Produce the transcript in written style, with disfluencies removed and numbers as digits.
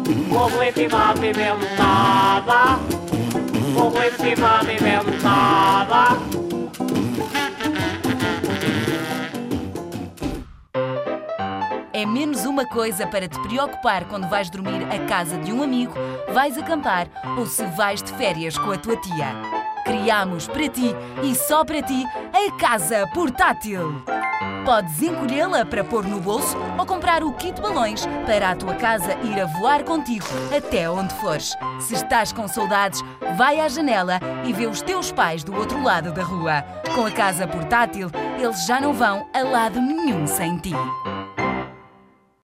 Publicidade inventada. Publicidade inventada. É menos uma coisa para te preocupar quando vais dormir à casa de um amigo, vais acampar ou se vais de férias com a tua tia. Criámos para ti e só para ti a Casa Portátil. Podes encolhê-la para pôr no bolso ou comprar o kit balões para a tua casa ir a voar contigo até onde fores. Se estás com saudades, vai à janela e vê os teus pais do outro lado da rua. Com a Casa Portátil, eles já não vão a lado nenhum sem ti.